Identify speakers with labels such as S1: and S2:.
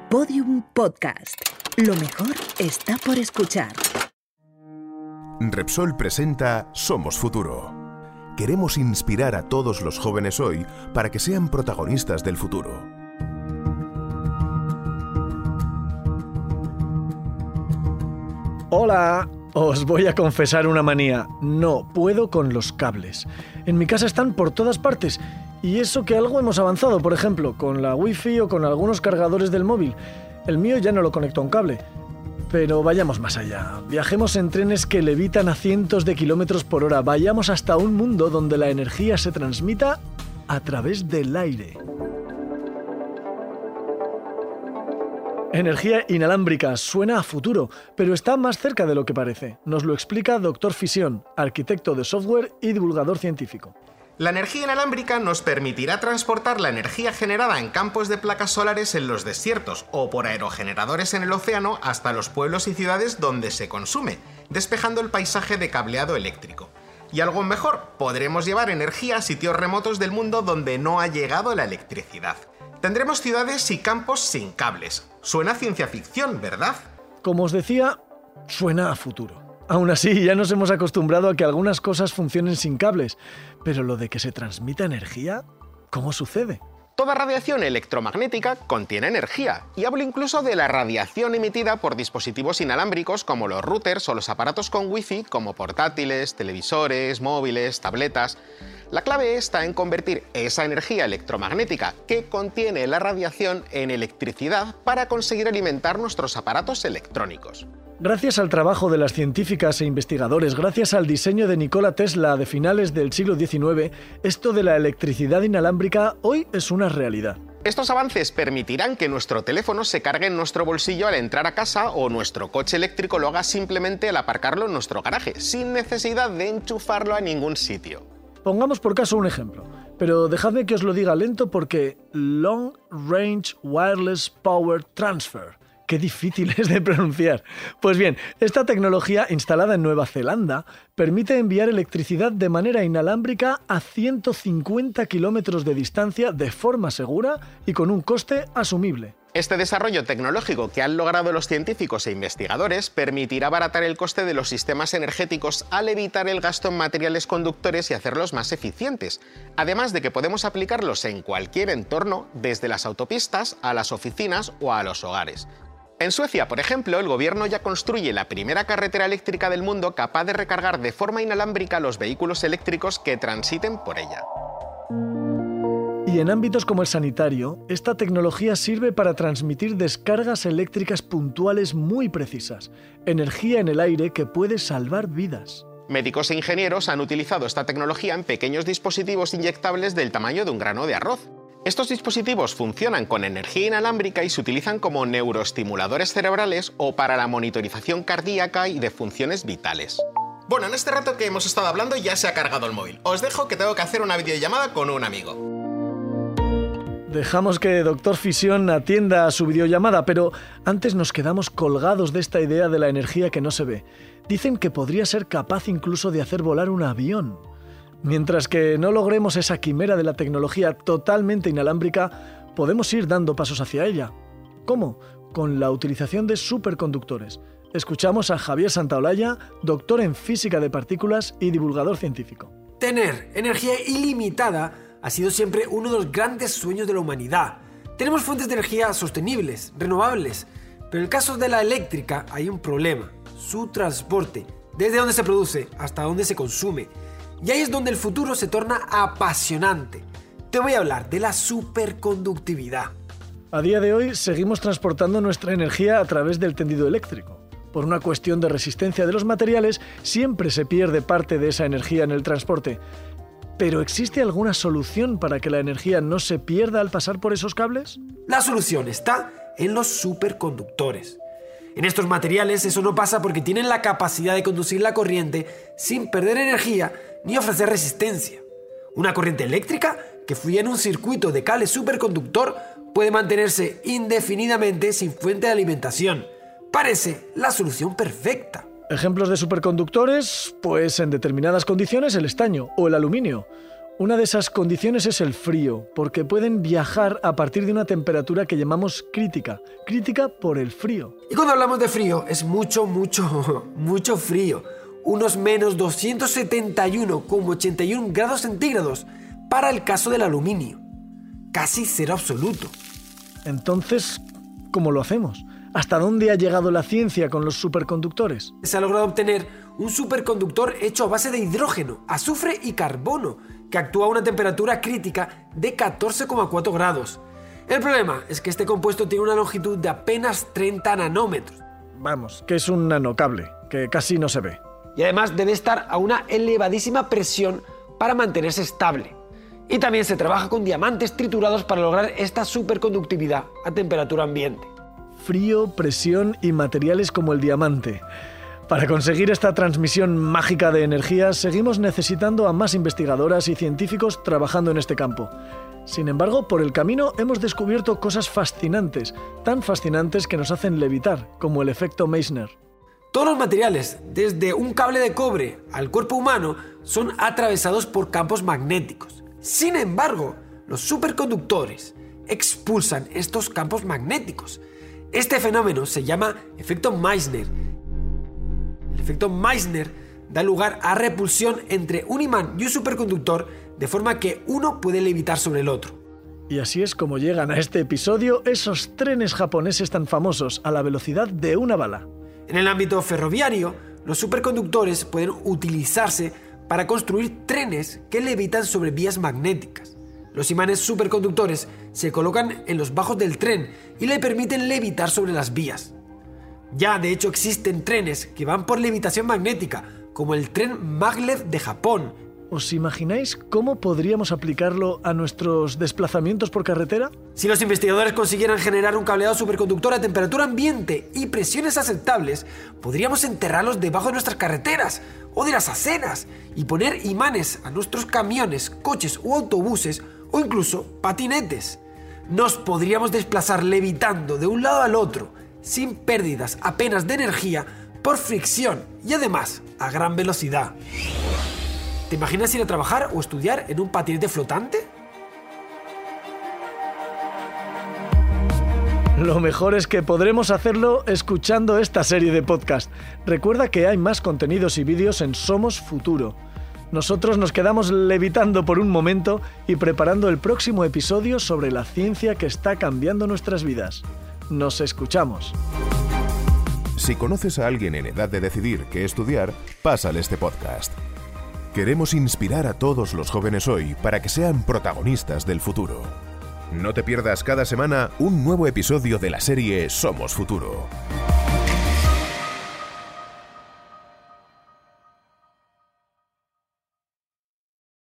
S1: Podium Podcast. Lo mejor está por escuchar.
S2: Repsol presenta Somos Futuro. Queremos inspirar a todos los jóvenes hoy para que sean protagonistas del futuro.
S3: Hola, os voy a confesar una manía. No puedo con los cables. En mi casa están por todas partes. Y eso que algo hemos avanzado, por ejemplo, con la Wi-Fi o con algunos cargadores del móvil. El mío ya no lo conecto a un cable. Pero vayamos más allá. Viajemos en trenes que levitan a cientos de kilómetros por hora. Vayamos hasta un mundo donde la energía se transmita a través del aire. Energía inalámbrica suena a futuro, pero está más cerca de lo que parece. Nos lo explica Dr. Fisión, arquitecto de software y divulgador científico.
S4: La energía inalámbrica nos permitirá transportar la energía generada en campos de placas solares en los desiertos o por aerogeneradores en el océano hasta los pueblos y ciudades donde se consume, despejando el paisaje de cableado eléctrico. Y algo mejor, podremos llevar energía a sitios remotos del mundo donde no ha llegado la electricidad. Tendremos ciudades y campos sin cables. Suena a ciencia ficción, ¿verdad?
S3: Como os decía, suena a futuro. Aún así, ya nos hemos acostumbrado a que algunas cosas funcionen sin cables, pero lo de que se transmita energía, ¿cómo sucede?
S4: Toda radiación electromagnética contiene energía, y hablo incluso de la radiación emitida por dispositivos inalámbricos como los routers o los aparatos con Wi-Fi como portátiles, televisores, móviles, tabletas. La clave está en convertir esa energía electromagnética que contiene la radiación en electricidad para conseguir alimentar nuestros aparatos electrónicos.
S3: Gracias al trabajo de las científicas e investigadores, gracias al diseño de Nikola Tesla de finales del siglo XIX, esto de la electricidad inalámbrica hoy es una realidad.
S4: Estos avances permitirán que nuestro teléfono se cargue en nuestro bolsillo al entrar a casa o nuestro coche eléctrico lo haga simplemente al aparcarlo en nuestro garaje, sin necesidad de enchufarlo a ningún sitio.
S3: Pongamos por caso un ejemplo, pero dejadme que os lo diga lento porque Long Range Wireless Power Transfer. ¡Qué difícil es de pronunciar! Pues bien, esta tecnología instalada en Nueva Zelanda permite enviar electricidad de manera inalámbrica a 150 kilómetros de distancia de forma segura y con un coste asumible.
S4: Este desarrollo tecnológico que han logrado los científicos e investigadores permitirá abaratar el coste de los sistemas energéticos al evitar el gasto en materiales conductores y hacerlos más eficientes, además de que podemos aplicarlos en cualquier entorno, desde las autopistas a las oficinas o a los hogares. En Suecia, por ejemplo, el gobierno ya construye la primera carretera eléctrica del mundo capaz de recargar de forma inalámbrica los vehículos eléctricos que transiten por ella.
S3: Y en ámbitos como el sanitario, esta tecnología sirve para transmitir descargas eléctricas puntuales muy precisas, energía en el aire que puede salvar vidas.
S4: Médicos e ingenieros han utilizado esta tecnología en pequeños dispositivos inyectables del tamaño de un grano de arroz. Estos dispositivos funcionan con energía inalámbrica y se utilizan como neuroestimuladores cerebrales o para la monitorización cardíaca y de funciones vitales. Bueno, en este rato que hemos estado hablando ya se ha cargado el móvil. Os dejo que tengo que hacer una videollamada con un amigo.
S3: Dejamos que Dr. Fisión atienda a su videollamada, pero antes nos quedamos colgados de esta idea de la energía que no se ve. Dicen que podría ser capaz incluso de hacer volar un avión. Mientras que no logremos esa quimera de la tecnología totalmente inalámbrica, podemos ir dando pasos hacia ella. ¿Cómo? Con la utilización de superconductores. Escuchamos a Javier Santaolalla, doctor en física de partículas y divulgador científico.
S5: Tener energía ilimitada ha sido siempre uno de los grandes sueños de la humanidad. Tenemos fuentes de energía sostenibles, renovables, pero en el caso de la eléctrica hay un problema: su transporte, desde donde se produce hasta donde se consume. Y ahí es donde el futuro se torna apasionante. Te voy a hablar de la superconductividad.
S3: A día de hoy seguimos transportando nuestra energía a través del tendido eléctrico. Por una cuestión de resistencia de los materiales, siempre se pierde parte de esa energía en el transporte. ¿Pero existe alguna solución para que la energía no se pierda al pasar por esos cables?
S5: La solución está en los superconductores. En estos materiales eso no pasa porque tienen la capacidad de conducir la corriente sin perder energía ni ofrecer resistencia. Una corriente eléctrica que fluye en un circuito de cable superconductor puede mantenerse indefinidamente sin fuente de alimentación. Parece la solución perfecta.
S3: Ejemplos de superconductores, pues en determinadas condiciones el estaño o el aluminio. Una de esas condiciones es el frío, porque pueden viajar a partir de una temperatura que llamamos crítica por el frío.
S5: Y cuando hablamos de frío, es mucho frío. Unos menos 271,81 grados centígrados para el caso del aluminio. Casi cero absoluto.
S3: Entonces, ¿cómo lo hacemos? ¿Hasta dónde ha llegado la ciencia con los superconductores?
S5: Se ha logrado obtener un superconductor hecho a base de hidrógeno, azufre y carbono, que actúa a una temperatura crítica de 14,4 grados. El problema es que este compuesto tiene una longitud de apenas 30 nanómetros.
S3: Vamos, que es un nanocable, que casi no se ve.
S5: Y además debe estar a una elevadísima presión para mantenerse estable. Y también se trabaja con diamantes triturados para lograr esta superconductividad a temperatura ambiente.
S3: Frío, presión y materiales como el diamante. Para conseguir esta transmisión mágica de energía, seguimos necesitando a más investigadoras y científicos trabajando en este campo. Sin embargo, por el camino hemos descubierto cosas fascinantes, tan fascinantes que nos hacen levitar, como el efecto Meissner.
S5: Todos los materiales, desde un cable de cobre al cuerpo humano, son atravesados por campos magnéticos. Sin embargo, los superconductores expulsan estos campos magnéticos. Este fenómeno se llama efecto Meissner. El efecto Meissner da lugar a repulsión entre un imán y un superconductor, de forma que uno puede levitar sobre el otro.
S3: Y así es como llegan a este episodio esos trenes japoneses tan famosos a la velocidad de una bala.
S5: En el ámbito ferroviario, los superconductores pueden utilizarse para construir trenes que levitan sobre vías magnéticas. Los imanes superconductores se colocan en los bajos del tren y le permiten levitar sobre las vías. Ya, de hecho, existen trenes que van por levitación magnética, como el tren Maglev de Japón.
S3: ¿Os imagináis cómo podríamos aplicarlo a nuestros desplazamientos por carretera?
S5: Si los investigadores consiguieran generar un cableado superconductor a temperatura ambiente y presiones aceptables, podríamos enterrarlos debajo de nuestras carreteras o de las aceras y poner imanes a nuestros camiones, coches o autobuses o incluso patinetes. Nos podríamos desplazar levitando de un lado al otro, sin pérdidas apenas de energía, por fricción y además a gran velocidad. ¿Te imaginas ir a trabajar o estudiar en un patinete flotante?
S3: Lo mejor es que podremos hacerlo escuchando esta serie de podcast. Recuerda que hay más contenidos y vídeos en Somos Futuro. Nosotros nos quedamos levitando por un momento y preparando el próximo episodio sobre la ciencia que está cambiando nuestras vidas. Nos escuchamos.
S2: Si conoces a alguien en edad de decidir qué estudiar, pásale este podcast. Queremos inspirar a todos los jóvenes hoy para que sean protagonistas del futuro. No te pierdas cada semana un nuevo episodio de la serie Somos Futuro.